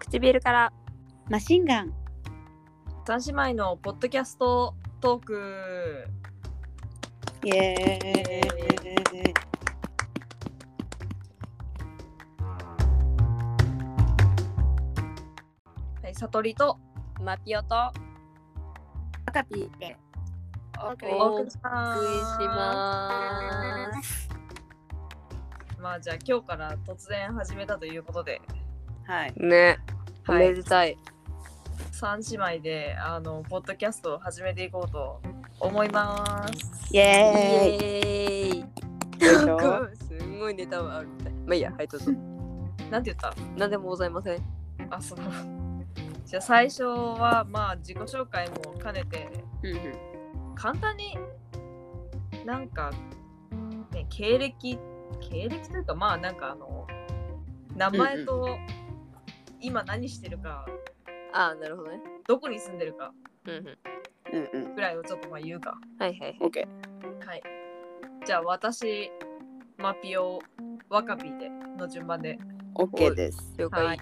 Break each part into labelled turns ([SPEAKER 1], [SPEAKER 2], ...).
[SPEAKER 1] 唇から
[SPEAKER 2] マシンガン
[SPEAKER 3] 三姉妹のポッドキャストトーク。
[SPEAKER 2] イエーイ。
[SPEAKER 3] はい、さとりと
[SPEAKER 1] マピオと
[SPEAKER 2] アカピーで
[SPEAKER 1] お送
[SPEAKER 3] お送りし
[SPEAKER 1] り
[SPEAKER 3] ます。
[SPEAKER 1] します。
[SPEAKER 3] まあじゃあ今日から突然始めたということで、
[SPEAKER 2] はい
[SPEAKER 1] ね、お
[SPEAKER 3] はい
[SPEAKER 1] めでたい。
[SPEAKER 3] 三姉妹でポッドキャストを始めていこうと思います。
[SPEAKER 2] イ
[SPEAKER 1] イ
[SPEAKER 2] エーイ。
[SPEAKER 1] エーイ。
[SPEAKER 2] よいしょ
[SPEAKER 1] なんかすんごいネタはあるみたい。まあいいや、はいどうぞ。
[SPEAKER 3] なんて言った？
[SPEAKER 1] なんでもございません。
[SPEAKER 3] あ、そう。じゃあ最初はまあ自己紹介も兼ねて簡単になんかね経歴というかまあなんか名前と今何してるか、
[SPEAKER 1] ああ、なるほどね。
[SPEAKER 3] どこに住んでるか
[SPEAKER 2] うん
[SPEAKER 3] ぐらいをちょっとまあ言うか。
[SPEAKER 1] はいはいはい。
[SPEAKER 2] オッケ
[SPEAKER 3] はい。じゃあ私マピオワカピーでの順番で。
[SPEAKER 2] ーオッケーです。
[SPEAKER 1] 了解。
[SPEAKER 3] はい。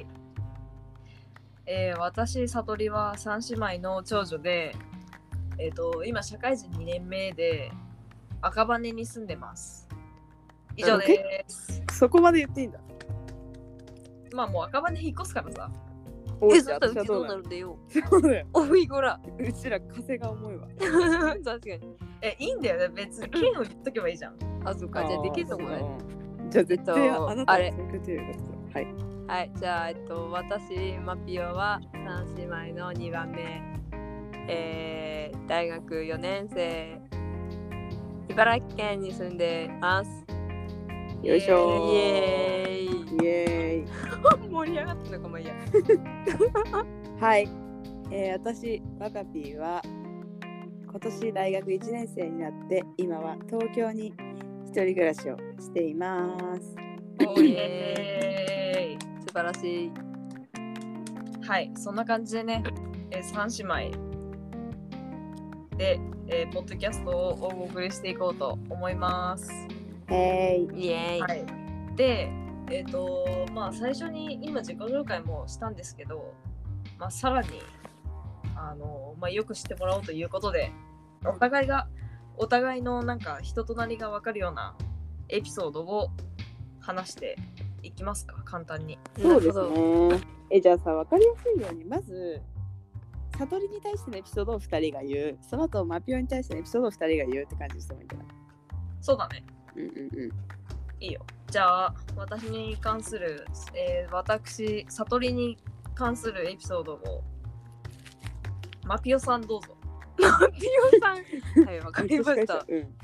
[SPEAKER 3] 私さとりは三姉妹の長女で、今社会人2年目で赤羽に住んでます。以上です。
[SPEAKER 2] そこまで言っていいんだ。
[SPEAKER 3] まあもう赤羽引っ越すからさ。
[SPEAKER 2] おい
[SPEAKER 1] そしたらうちどうなるんだよ。
[SPEAKER 2] そうだよ。
[SPEAKER 1] おいごら。
[SPEAKER 2] うちら風が重いわ。
[SPEAKER 1] 確かに。
[SPEAKER 3] いいんだよね。別に県を言っとけばいいじゃん。
[SPEAKER 1] あ、そっか。じゃあできると思うね。
[SPEAKER 2] じゃあ絶対あなた
[SPEAKER 1] あれ
[SPEAKER 2] そういうこと言うこと。はい。
[SPEAKER 1] はい、じゃあ、私、マピオは三姉妹の2番目、大学4年生、茨城県に住んでます。
[SPEAKER 2] よいしょ
[SPEAKER 1] イエーイ。
[SPEAKER 2] イエーイ。
[SPEAKER 1] 盛り上がったのかもいいや。
[SPEAKER 2] はい。私ワカピーは今年大学1年生になって今は東京に一人暮らしをしています。
[SPEAKER 3] おイエーイ。
[SPEAKER 1] 素晴らしい。
[SPEAKER 3] はい、そんな感じでね、三姉妹で、ポッドキャストをお送りしていこうと思います。
[SPEAKER 1] イエーイ。
[SPEAKER 3] はい。で、まあ最初に今自己紹介もしたんですけど、まあさらにまあよく知ってもらおうということで、お互いのなんか人となりが分かるようなエピソードを話していきますか、簡単に。
[SPEAKER 2] そうですね。じゃあさ、分かりやすいようにまずサトリに対してのエピソードを2人が言う、その後マピオに対してのエピソードを2人が言うって感じにしてもいいんじゃない？
[SPEAKER 3] そうだね。
[SPEAKER 2] い
[SPEAKER 3] いいよ。じゃあ私に関する、私サトリに関するエピソードをマピオさんどうぞ。
[SPEAKER 1] マピオさん。はい、わかりました。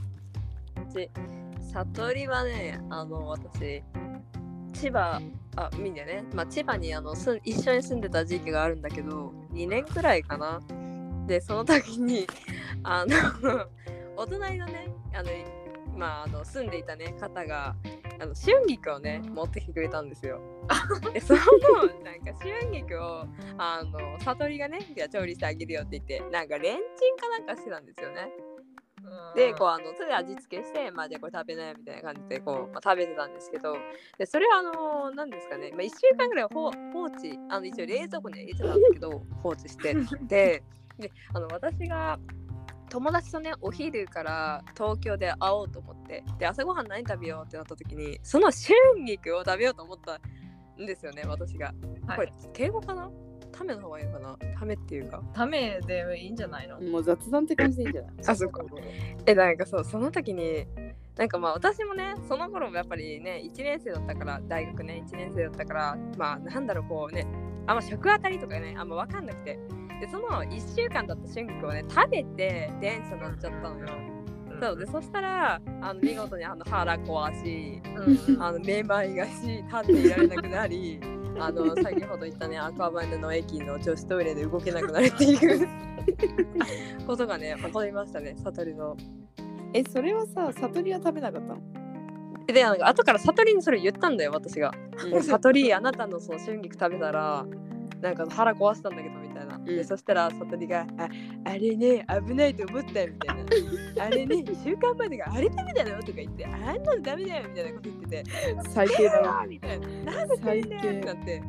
[SPEAKER 1] サトリはね、私、千葉、いいんだよね。まあ、千葉に一緒に住んでた時期があるんだけど、2年くらいかな。で、その時に、お隣のね、住んでいたね、方が、春菊をね、持ってきてくれたんですよ。で、その、なんか春菊を、サトリがね、じゃあ調理してあげるよって言って、なんかレンチンかなんかしてたんですよね。で、こうそれで味付けして、まあじゃあこれ食べなよみたいな感じでこう、食べてたんですけど、でそれは何ですかね、1週間ぐらい放置、一応冷蔵庫に入れてたんだけど放置してで私が友達とねお昼から東京で会おうと思って、で朝ごはん何食べようってなった時にその春菊を食べようと思ったんですよね、私が。
[SPEAKER 3] はい、
[SPEAKER 1] これ敬語かな？ための方がいいのかな？ためっていうか
[SPEAKER 3] ためでいいんじゃないの？
[SPEAKER 2] もう雑談って感じでいいんじゃない？
[SPEAKER 1] あ、そうか。なんかその時になんかまあ私もねその頃もやっぱりね1年生だったから、大学ね1年生だったから、まあなんだろうこうね、あんま食あたりとかねあんま分かんなくて、でその1週間だった春菊をね食べて電車乗っちゃったのよ。そうで、そしたら見事に腹壊し、めまいがし、立っていられなくなり先ほど言ったね赤羽の駅の女子トイレで動けなくなるっていうことがね起こりましたね、サトリの。
[SPEAKER 2] それはさ、サトリは食べなかったの？
[SPEAKER 1] で、なんか後からサトリにそれ言ったんだよ、私が。サトリ、あなたのその春菊食べたらなんか腹壊したんだけどみたいな。でそしたらサトリがあれね危ないと思ったみたいな。あれね1週間前とかあれダメだよとか言って、あんなのダメだよみたいなこと言ってて、
[SPEAKER 2] 最低だな
[SPEAKER 1] みたいな。なんで最低ってなって、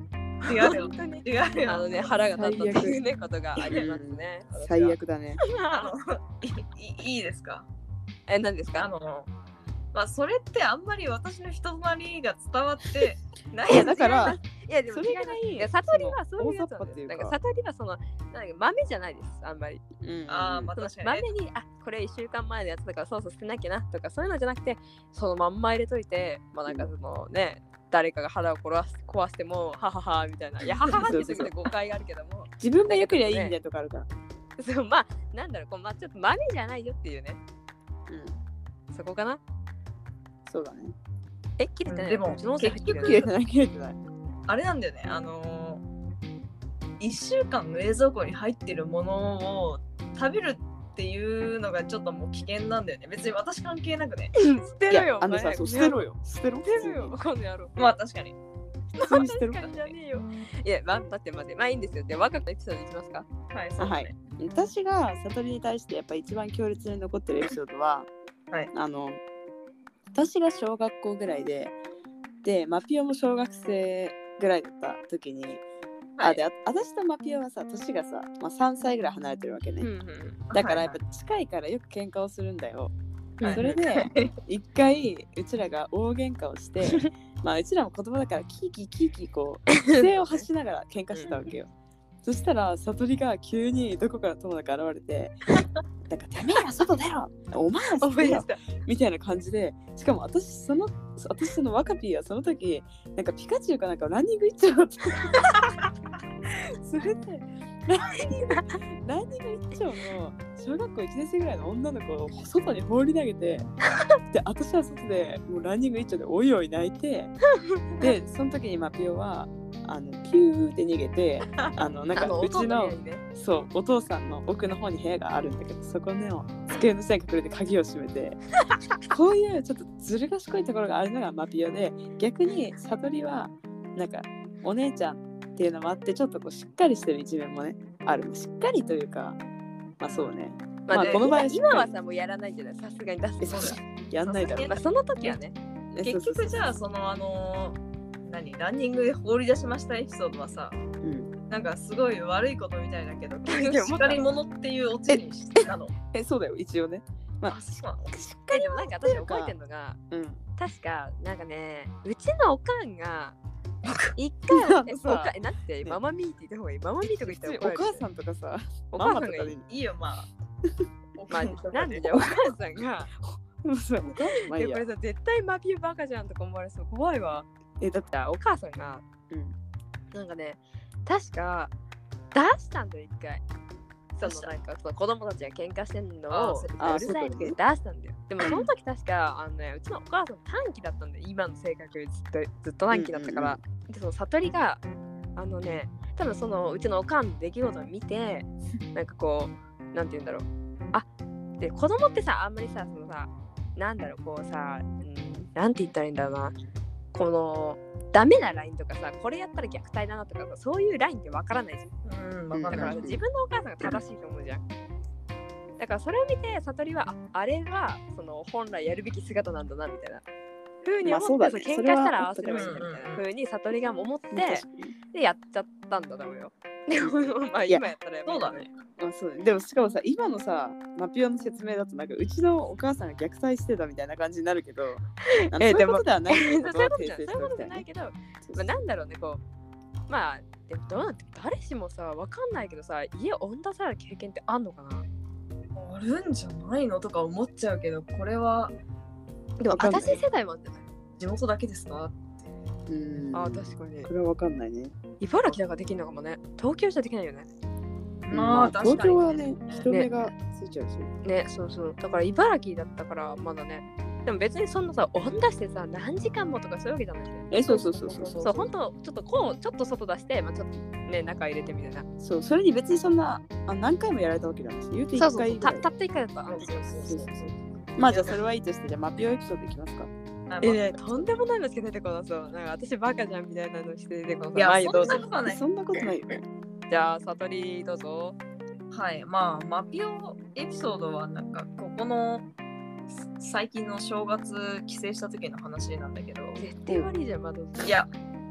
[SPEAKER 3] 違うよ。
[SPEAKER 1] 本当に
[SPEAKER 3] 違うよ。
[SPEAKER 1] 腹が立ったっていうねことがありますね。
[SPEAKER 2] 最悪だね。
[SPEAKER 3] いいですか？
[SPEAKER 1] 何ですか？
[SPEAKER 3] まあそれってあんまり私の人となりが伝わってない。
[SPEAKER 2] いやだから
[SPEAKER 1] いやでも
[SPEAKER 2] それがいい
[SPEAKER 1] いや悟りはそういうやつ
[SPEAKER 2] 大雑把っていうか
[SPEAKER 1] なんか悟りはなんか豆じゃないですあんまり。
[SPEAKER 3] あーまあ確かにね
[SPEAKER 1] 豆にこれ1週間前のやつだからそうそう捨てなきゃなとかそういうのじゃなくてそのまんま入れといてまあなんかそのね誰かが腹を壊してもはははみたいないやはははって言って誤解があるけども
[SPEAKER 2] 自分が良ければいいんだよとかあるから。
[SPEAKER 1] そうまあなんだろうこうまあちょっと豆じゃないよっていうねそこかな。
[SPEAKER 2] そうだね。
[SPEAKER 1] 切れてない
[SPEAKER 3] でも
[SPEAKER 1] うちの音声入ってるよね
[SPEAKER 2] 切れてない。
[SPEAKER 3] あれなんだよね。1週間冷蔵庫に入ってるものを食べるっていうのがちょっともう危険なんだよね。別に私関係なくね。
[SPEAKER 1] 捨てろよ
[SPEAKER 2] いやさ、そう捨てろよ。捨てろ。
[SPEAKER 1] 捨てろよ今度やろう。
[SPEAKER 3] まあ確かに。
[SPEAKER 2] 普通に捨てろ。
[SPEAKER 1] 確かにじゃねえよ。いや、待って。まあいいんですよ。で、若くエピソードいきますか？
[SPEAKER 3] はい、そう
[SPEAKER 2] は
[SPEAKER 3] ですね。
[SPEAKER 2] い。私が悟りに対してやっぱ一番強烈に残ってるエピソードは、
[SPEAKER 3] はい
[SPEAKER 2] 私が小学校ぐらいで、マピオも小学生ぐらいだった時に、
[SPEAKER 3] はい
[SPEAKER 2] 私とマピオはさ、年がさ、まあ、3歳ぐらい離れてるわけね。だからやっぱ近いからよく喧嘩をするんだよ。
[SPEAKER 3] はい
[SPEAKER 2] それで一回うちらが大喧嘩をしてまあうちらも子供だからキーキーこう不正を発しながら喧嘩してたわけよ。そしたら悟りが急にどこからともなく現れてなんかてめえら外出ろお前ら外出ろみたいな感じで、しかも私その若ピーはその時なんかピカチュウかなんかランニング行っちゃうってそれでランニング一丁の小学校1年生ぐらいの女の子を外に放り投げてで私は外でもうランニング一丁でおいおい泣いてでその時にマピオはピューって逃げてなんかうちのそうお父さんの奥の方に部屋があるんだけどそこの机の下に隠れて鍵を閉めてこういうちょっとずる賢いところがあるのがマピオで、逆に悟りはなんかお姉ちゃんっていうのもあってちょっとこうしっかりしてる一面もねある。しっかりというかまあそうね。
[SPEAKER 1] まあ
[SPEAKER 2] この場合
[SPEAKER 1] 今はさもうやらないじゃない、さすがに出してそうだ。
[SPEAKER 2] やんないだろう
[SPEAKER 1] まあその時はね。
[SPEAKER 3] 結局じゃあそのランニングで放り出しましたエピソードはさ、なんかすごい悪いことみたいだけど、しっかり者っていうオチにしたの。
[SPEAKER 2] そうだよ一応ね。まあ
[SPEAKER 3] そうなの。
[SPEAKER 2] しっかり
[SPEAKER 1] でもなんか私覚えてるのが、確かなんかねうちのおかんが一回なんてママミーって言った方がいい。ママミーとか言ったら怒られる。
[SPEAKER 2] お母さんとかさ、
[SPEAKER 1] お母さんがいい
[SPEAKER 3] よまあ。
[SPEAKER 1] まあなんでじゃあお母さんが
[SPEAKER 2] まあいいや
[SPEAKER 1] これさ絶対マピオバカじゃんとか思われそう怖いわ。だってお母さんがなんかね確か出したんだよ一回。そのなんかその子供たちが喧嘩してんのをうるさいって出したんだよ。でもその時確かうちのお母さん短期だったんだよ。今の性格よりずっと短期だったから。でその悟りが多分そのうちのおかんの出来事を見てなんかこうなんて言うんだろう。で子供ってさあんまりさそのさなんだろうこうさ、なんて言ったらいいんだろうな。このダメなラインとかさこれやったら虐待だなとかさそういうラインってわからないじゃん。だから自分のお母さんが正しいと思うじゃん。だからそれを見て悟りはあれはその本来やるべき姿なんだなみたいな風に思って、喧嘩したら合わせればいいんだみたいな風に悟りが思ってでやっちゃったんだと思うよ。でもまあ今やったらやばい。
[SPEAKER 3] そうだね。
[SPEAKER 2] そうでもしかもさ今のさマピオの説明だとなんかうちのお母さんが虐待してたみたいな感じになるけどそういうことではない
[SPEAKER 1] そういうことじゃないけど、なんだろうねこうまあでも誰しもさわかんないけどさ家を追ん出される経験ってあんのかな。
[SPEAKER 3] あるんじゃないのとか思っちゃうけどこれは
[SPEAKER 1] でも私世代もあってない
[SPEAKER 3] 地元だけですか？
[SPEAKER 1] 確かに
[SPEAKER 2] これはわかんないね。
[SPEAKER 1] 茨城だからできるのかもね。東京じゃできないよね。
[SPEAKER 3] まあ
[SPEAKER 2] 東京はね人目がついちゃうし
[SPEAKER 1] ね。そうだから茨城だったからまだね。でも別にそんなさ追ん出してさ何時間もとかそういうわけじゃないね。そう本当ちょっと外出してちょっとね中入れてみたいな。
[SPEAKER 2] そうそれに別にそんな何回もやられたわけじゃないし言うて1回
[SPEAKER 1] たった1回だった。
[SPEAKER 2] まあじゃあそれはいいとしてじゃあマピオエピソードいきますか。
[SPEAKER 1] とんでもないのしか出てこなそう。なんか私バカじゃんみたいなのして出てこなそう。
[SPEAKER 3] いや
[SPEAKER 2] そんなことないよ。
[SPEAKER 1] じゃあ悟りどうぞ。
[SPEAKER 3] はいまあマピオエピソードはなんかここの最近の正月帰省した時の話なんだけど
[SPEAKER 1] 絶対悪いじゃんまだ。
[SPEAKER 3] いや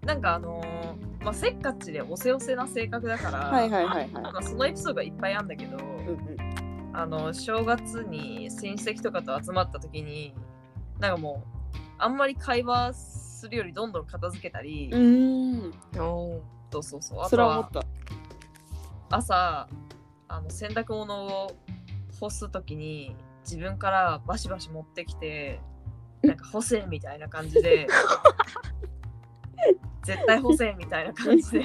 [SPEAKER 3] なんかまあせっかちでおせおせな性格だから、
[SPEAKER 2] はいはいはいはい。
[SPEAKER 3] まあ、そのエピソードがいっぱいあるんだけど、正月に親戚とかと集まった時になんかもうあんまり会話するよりどんどん片付けたり、そうそうそう、あとは
[SPEAKER 2] それは思った。
[SPEAKER 3] 朝洗濯物を干す時に自分からバシバシ持ってきてなんか干せみたいな感じで絶対干せみたいな感じで
[SPEAKER 1] だ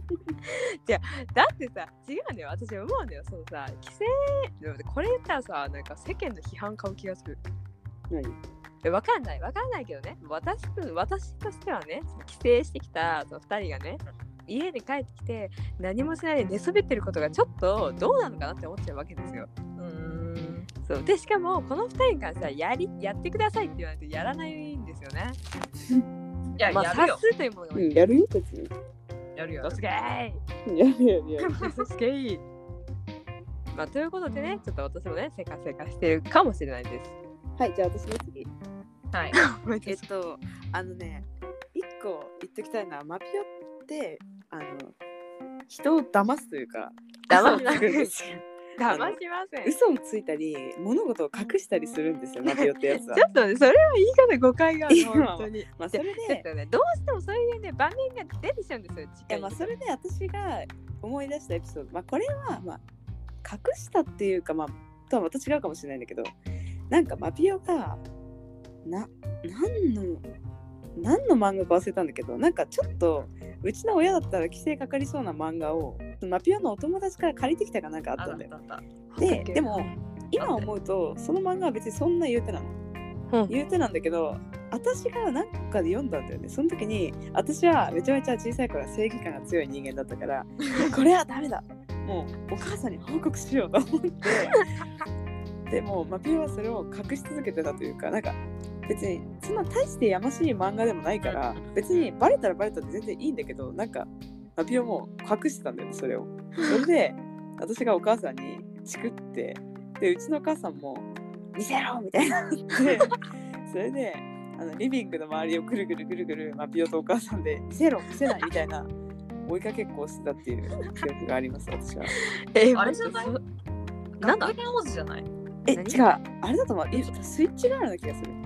[SPEAKER 1] ってさ、違うんだよ。私思うんだよ。そのさ、規制、これ言ったらさ、なんか世間の批判買う気がする。わかんないけどね。私としてはね、帰省してきたその2人がね、家に帰ってきて何もしないで寝そべってることがちょっとどうなのかなって思っちゃうわけですよ。そうで、しかもこの2人に関してはやってくださいって言わないとやらないんですよね。
[SPEAKER 3] いや、
[SPEAKER 1] まあ、
[SPEAKER 3] やるよ。
[SPEAKER 1] 察すというものが
[SPEAKER 2] やるよ別に。
[SPEAKER 3] やるよ。
[SPEAKER 1] ドスゲー
[SPEAKER 2] やる。
[SPEAKER 1] ドスゲーまあ、ということでね、ちょっと私もね、せかしてるかもしれないです。
[SPEAKER 2] はい、じゃあ私の次。
[SPEAKER 3] はい。
[SPEAKER 2] 一個言っときたいのは、マピオって人を騙すというか、
[SPEAKER 1] 騙しません。
[SPEAKER 2] 嘘をつくんですよ。
[SPEAKER 1] 騙しません。
[SPEAKER 2] 嘘をついたり、物事を隠したりするんですよ、マピオってやつは。
[SPEAKER 1] ちょっとね、それは言い方誤解がある、本当に。
[SPEAKER 2] まあそれで
[SPEAKER 1] ちょっとね、どうしてもそういうね、場面が出てきちゃうんですよ、近い。
[SPEAKER 2] それで私が思い出したエピソード、これは隠したっていうか、とはまた違うかもしれないんだけど、なんかマピオが何の漫画か忘れたんだけど、なんかちょっとうちの親だったら規制かかりそうな漫画をマピオのお友達から借りてきたかなんかあったんだよ。でも今思うとその漫画は別にそんな言うてなの、言うてなんだけど、私が何かで読んだんだよね。その時に私はめちゃめちゃ小さい頃は正義感が強い人間だったからこれはダメだ、もうお母さんに報告しようと思ってでもマピオはそれを隠し続けてたというか、なんか別にそんな大してやましい漫画でもないから別にバレたらバレたって全然いいんだけど、なんかマピオも隠してたんだよね、それを。それで私がお母さんにチクって、でうちのお母さんも見せろみたいなってそれでリビングの周りをぐるぐるマピオとお母さんで見せろ見せないみたいな追いかけっこをしてたっていう記憶があります、私は。
[SPEAKER 3] あれじゃない？学園王子じゃない？
[SPEAKER 2] 違う、あれだと思う。スイッチガールな気がする。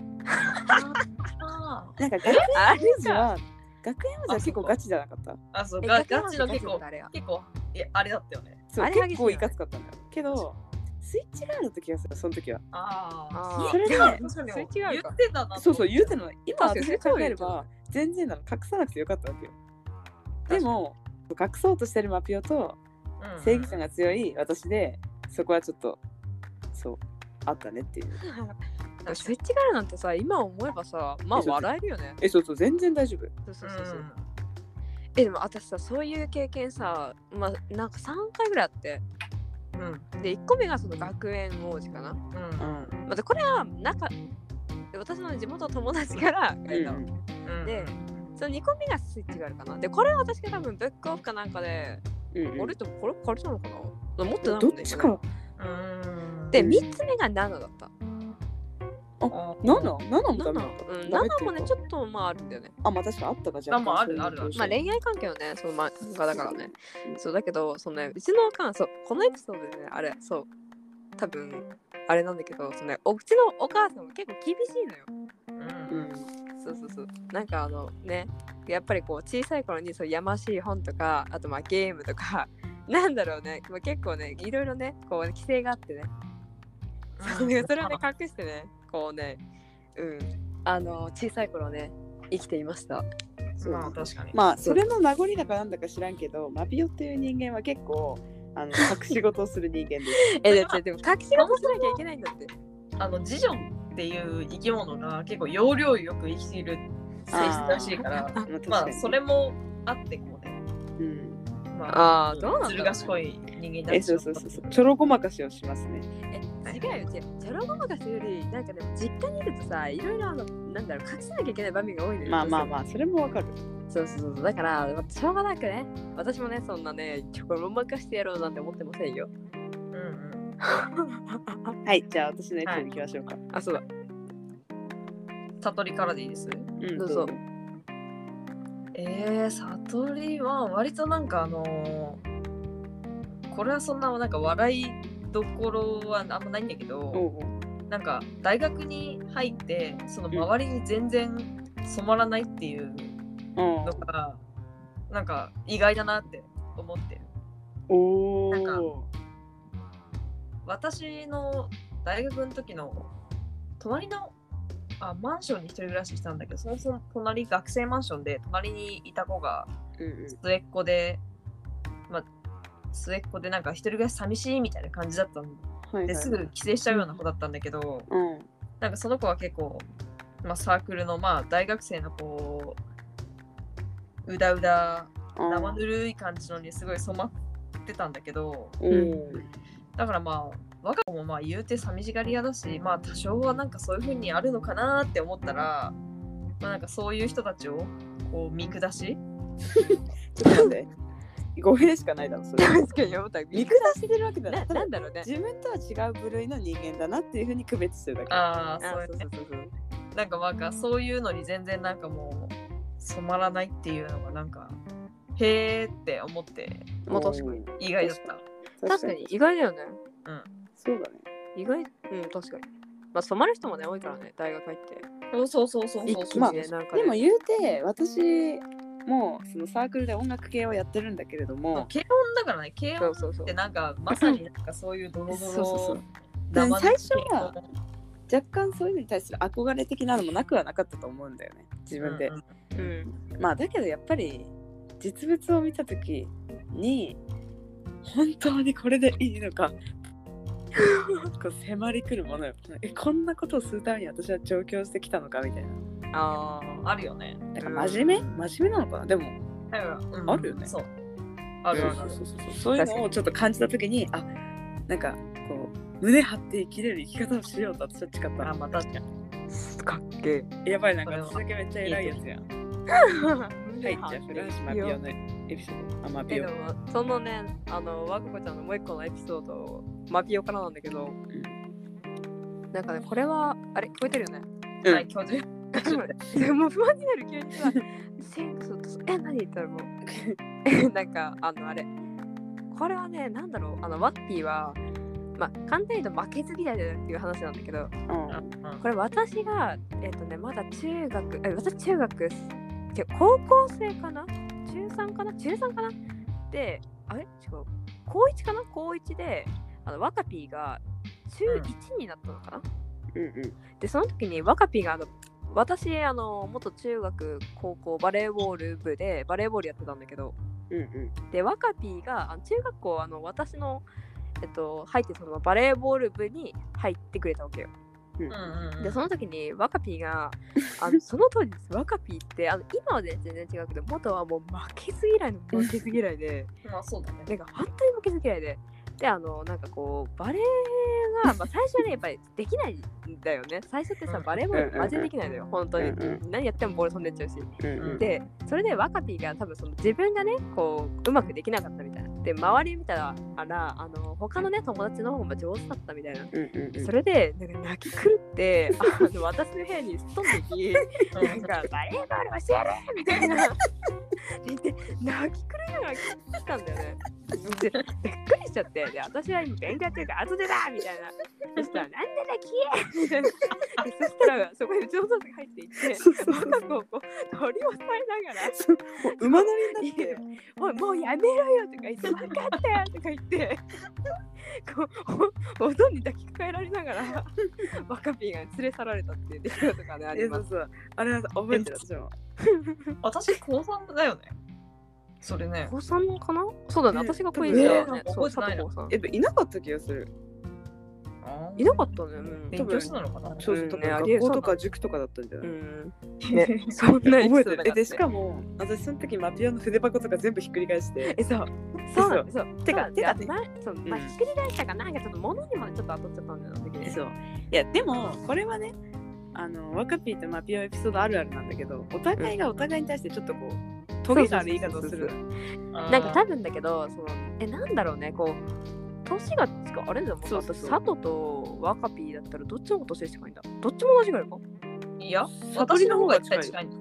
[SPEAKER 2] なんか学園王子は結構ガチじゃなかった？
[SPEAKER 3] そう、ガチの結構あれだったよね。
[SPEAKER 2] そう、結構いかつかったんだよ。けどスイッチガールだった気がする、その時は。それで
[SPEAKER 1] スイッチガールか。
[SPEAKER 3] 言ってたな。
[SPEAKER 2] そう言うてたの。今私が考えれば全然隠さなくてよかったわけよ。でも隠そうとしてるマピオと正義感が強い私で、そこはちょっとそうあったねっていう。
[SPEAKER 1] スイッチガールなんてさ、今思えばさ、笑えるよね。
[SPEAKER 2] そう全然大丈夫。
[SPEAKER 1] そう。でも私さ、そういう経験さ、なんか3回ぐらいあって、で1個目がその学園王子かな。これは私の地元友達からで、その2個目がスイッチガールかな。でこれは私が多分ブックオフかなんかで、俺とこれ借りたのかな、持ってない
[SPEAKER 2] どっちか。
[SPEAKER 1] で3つ目がナナだった。
[SPEAKER 2] ナナもダメだった。
[SPEAKER 1] ナナもね、ちょっとあるんだよね。
[SPEAKER 2] 確かあったかじゃ
[SPEAKER 3] あ。ある。
[SPEAKER 1] 恋愛関係のね、その漫画だからね。そうだけど、うちのお母さん、このエピソードでね、あれ、多分あれなんだけど、うちのお母さんも結構厳しいのよ。そう。なんかやっぱりこう小さい頃にやましい本とか、あとゲームとか、なんだろうね、結構ね、いろいろね、こう規制があってね。それをね、隠してね、こうね、小さい頃ね、生きていました。
[SPEAKER 3] 確かに。
[SPEAKER 2] それの名残だかなんだか知らんけど、マピオっていう人間は結構隠し事をする人間です。
[SPEAKER 1] でも隠し事しなきゃいけないんだって。
[SPEAKER 3] ジジョンっていう生き物が結構要領よく生きている性質らしいから、それもあってこうね。
[SPEAKER 1] どうなんだろう。
[SPEAKER 3] ずる賢い人間になってしまった。
[SPEAKER 2] そう。ちょろごまかしをしますね。
[SPEAKER 1] 違うよ、ちょろごまかしより、なんかでも実家にいるとさ、いろいろなんだろう、隠さなきゃいけない場面が多いのよ。
[SPEAKER 2] それもわかる。
[SPEAKER 1] そう。だから、しょうがなくね、私もね、そんなね、ちょろごまかしてやろうなんて思ってませんよ。
[SPEAKER 2] はい、じゃあ私のエピソードいきましょうか。
[SPEAKER 1] そうだ。
[SPEAKER 3] 悟りからでいいです。
[SPEAKER 1] どうぞ。
[SPEAKER 3] 悟りは割となんかこれはそんななんか笑いどころはあんまないんだけど、なんか大学に入ってその周りに全然染まらないっていうのがなんか意外だなって思ってる。なんか私の大学の時の隣のマンションに一人暮らししたんだけど、その隣学生マンションで隣にいた子が末っ子で、末っ子でなんか一人暮らし寂しいみたいな感じだったのですぐ帰省しちゃうような子だったんだけど、なんかその子は結構、サークルの大学生のこううだうだ生ぬるい感じのにすごい染まってたんだけど、だから若子も言うて寂しがり屋だし、多少はなんかそういう風にあるのかなって思ったら、なんかそういう人たちをこう見下し
[SPEAKER 2] ちょっと待って語弊しかないだろそれ。
[SPEAKER 1] 確かに思った。
[SPEAKER 2] 見下してるわけだな。
[SPEAKER 1] なんだろうね。
[SPEAKER 2] 自分とは違う部類の人間だなっていう風に区別してるだけ。
[SPEAKER 3] そうなんかそういうのに全然なんかもう染まらないっていうのがなんかへーって思って、
[SPEAKER 1] 確かに
[SPEAKER 3] 意外だった。
[SPEAKER 1] 確かに意外だよね。
[SPEAKER 2] そうだね。
[SPEAKER 1] 意外、確かに。染まる人もね多いからね、大学入って。
[SPEAKER 3] そう。
[SPEAKER 2] でも言うて私もうそのサークルで音楽系をやってるんだけれども、
[SPEAKER 3] 軽音だからね。軽音ってなんかまさになんかそういうドロドロ
[SPEAKER 2] 最初は若干そういうのに対する憧れ的なのもなくはなかったと思うんだよね、自分で。だけどやっぱり実物を見た時に本当にこれでいいのかこう迫り来るものよ。こんなことをするために私は上京してきたのかみたいな。
[SPEAKER 3] あるよね。
[SPEAKER 2] だから真面目なのかな。でも、あるよね。
[SPEAKER 3] そうある。
[SPEAKER 2] そういうのをちょっと感じたときに、なんかこう胸張って生きれる生き方をしようと私は誓った。
[SPEAKER 3] 確かに。
[SPEAKER 1] かっけえ。
[SPEAKER 2] やばい、なんか私だけめっちゃ偉いやつやん。はい、じゃあフランスマピオのエピソード。マピオ。
[SPEAKER 1] でもそのね、わくこちゃんのもう一個のエピソード、マピオからなんだけど、なんかね、これはあれ聞こえてるよね。
[SPEAKER 3] はい、教授。
[SPEAKER 1] もう不安になる急にさ、何言ったらもうなんかあれこれはね、なんだろう、ワッピーは簡単に言うと負けず嫌いだよっていう話なんだけど、これ私がまだ高校生かな、中3かなで、違う、高1かな、高1でワカピーが中1になったのかな。でその時にワカピーが私元中学高校バレーボール部でバレーボールやってたんだけど、でワカピーが中学校私の入ってそのバレーボール部に入ってくれたわけよ。でその時にワカピーがその当時ですワカピーって今はね全然違うけど、元はもう負けず嫌いで
[SPEAKER 3] そうだね。
[SPEAKER 1] なんか本当に負けず嫌いで、なんかこうバレーが、最初はねやっぱりできないんだよね。最初ってさバレーボールマジでできないのよ本当に。何やってもボール飛んでっちゃうし、でそれでワカピーが多分その自分がねこううまくできなかったみたいな。で周り見たら他のね友達の方が上手だったみたいな。それでなんか泣き狂って私の部屋にすっ飛んできなんかバレーボール教えるみたいなで泣き狂いながら来たんだよね。でびっくりしちゃって、で私は今勉強やってるから後でだみたいな。そしたらなんでだ消えみたいな。でそしたらそこにうちのお父さんが入っていって僕をこう取り押さえながら
[SPEAKER 2] 馬乗りになって
[SPEAKER 1] おいもうやめろよとか言って分かったよとか言ってこうおどんに抱きかかえられながらワカピーが連れ去られたっていう出来事がねあります。
[SPEAKER 2] あれは覚えてる私も。
[SPEAKER 3] 私高3だよね。それね。
[SPEAKER 1] 高3かな？そうだね。私が高1だよね。
[SPEAKER 3] 覚えてないの。
[SPEAKER 2] いなかった気がする。
[SPEAKER 1] いなかったね。
[SPEAKER 3] 勉強してたのかな。
[SPEAKER 2] そうそう、学校とか塾とかだったんじゃない？
[SPEAKER 1] ね、そんな
[SPEAKER 2] 覚えてる。でしかも私その時マピオの筆箱とか全部ひっくり返して。
[SPEAKER 1] そうなんですよ。
[SPEAKER 2] てか
[SPEAKER 1] ひっくり返したかなんかちょっと物にもちょっと当たっちゃったんだよね。
[SPEAKER 2] そう。いやでもこれはね、ワカピーとマピオエピソードあるあるなんだけど、お互いがお互いに対してちょっとこうトゲがある言い方をする。
[SPEAKER 1] なんか多分だけど、なんだろうね、こう年があれだもん。そう佐藤とワカピーだったらどっちの方が年近いんだ。どっちも同じぐらいか。
[SPEAKER 3] いや、私の方が近い。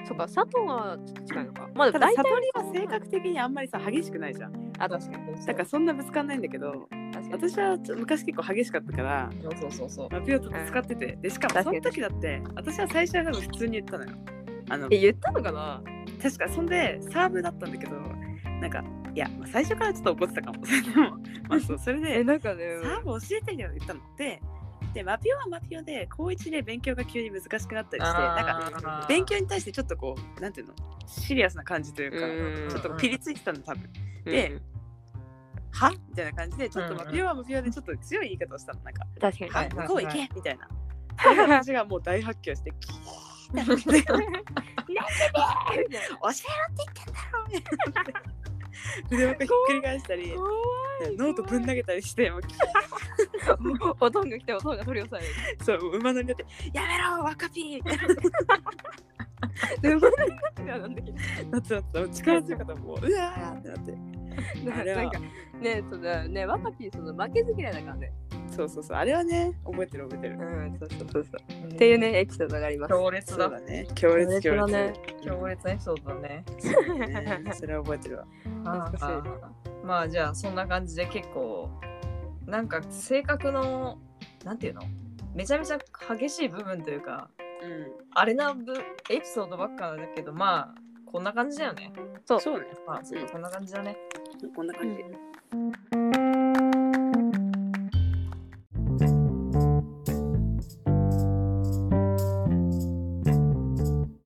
[SPEAKER 1] そっか、佐藤はちょっと近いのか。まあで
[SPEAKER 2] ただ
[SPEAKER 1] も大体
[SPEAKER 2] 悟りは性格的にあんまりさ激しくないじゃん。
[SPEAKER 1] あ、確かに。
[SPEAKER 2] だからそんなぶつかんないんだけど、
[SPEAKER 1] 確かに。
[SPEAKER 2] 私は昔結構激しかったから
[SPEAKER 3] そう。
[SPEAKER 2] マピオと使ってて、でしかもその時だって私は最初は多分普通に言ったのよ。
[SPEAKER 1] 言ったのかな。
[SPEAKER 2] 確かそんでサーブだったんだけど、なんかいや、まあ、最初からちょっと怒ってたかも。でもまあそう、それで
[SPEAKER 1] なんかね、
[SPEAKER 2] サーブ教えてよ言ったのでマピオはマピオで高1で勉強が急に難しくなったりして、なんか勉強に対してちょっとこうなんていうのシリアスな感じというか、ちょっとピリついてたの多分。で、はみたいな感じでちょっとマピオはマピオでちょっと強い言い方をしたの。なんか
[SPEAKER 1] 確かに。
[SPEAKER 2] は向こう行けみたいな。それが私がもう大発狂してキーってなって教えろって言ってんだろみたいな。筆箱ひっくり返したりノートぶん投げたりして、もう
[SPEAKER 1] おとんが来ておとんが取り押さえる。
[SPEAKER 2] そう馬乗りになってやめろ若ピー
[SPEAKER 1] で馬乗りになってたなんだけど。
[SPEAKER 2] なって力強かったもううわーってなって。あれは
[SPEAKER 1] なんかね、そうだね、若ピーその負けず嫌いだからね。
[SPEAKER 2] そうあれはね覚えてる。
[SPEAKER 1] そうっていうねエピソードがあります。
[SPEAKER 3] 強烈だ。
[SPEAKER 2] そうだね、強烈
[SPEAKER 1] ね。
[SPEAKER 3] 強烈なエピソードだね。
[SPEAKER 2] それは覚えてるわ。
[SPEAKER 1] 懐かしい。
[SPEAKER 3] まあじゃあそんな感じで結構なんか性格のなんていうのめちゃめちゃ激しい部分というか、あれなエピソードばっかだけど、まあこんな感じだよね。
[SPEAKER 2] そうね。
[SPEAKER 3] まあこんな感じだね。
[SPEAKER 2] こんな感じ。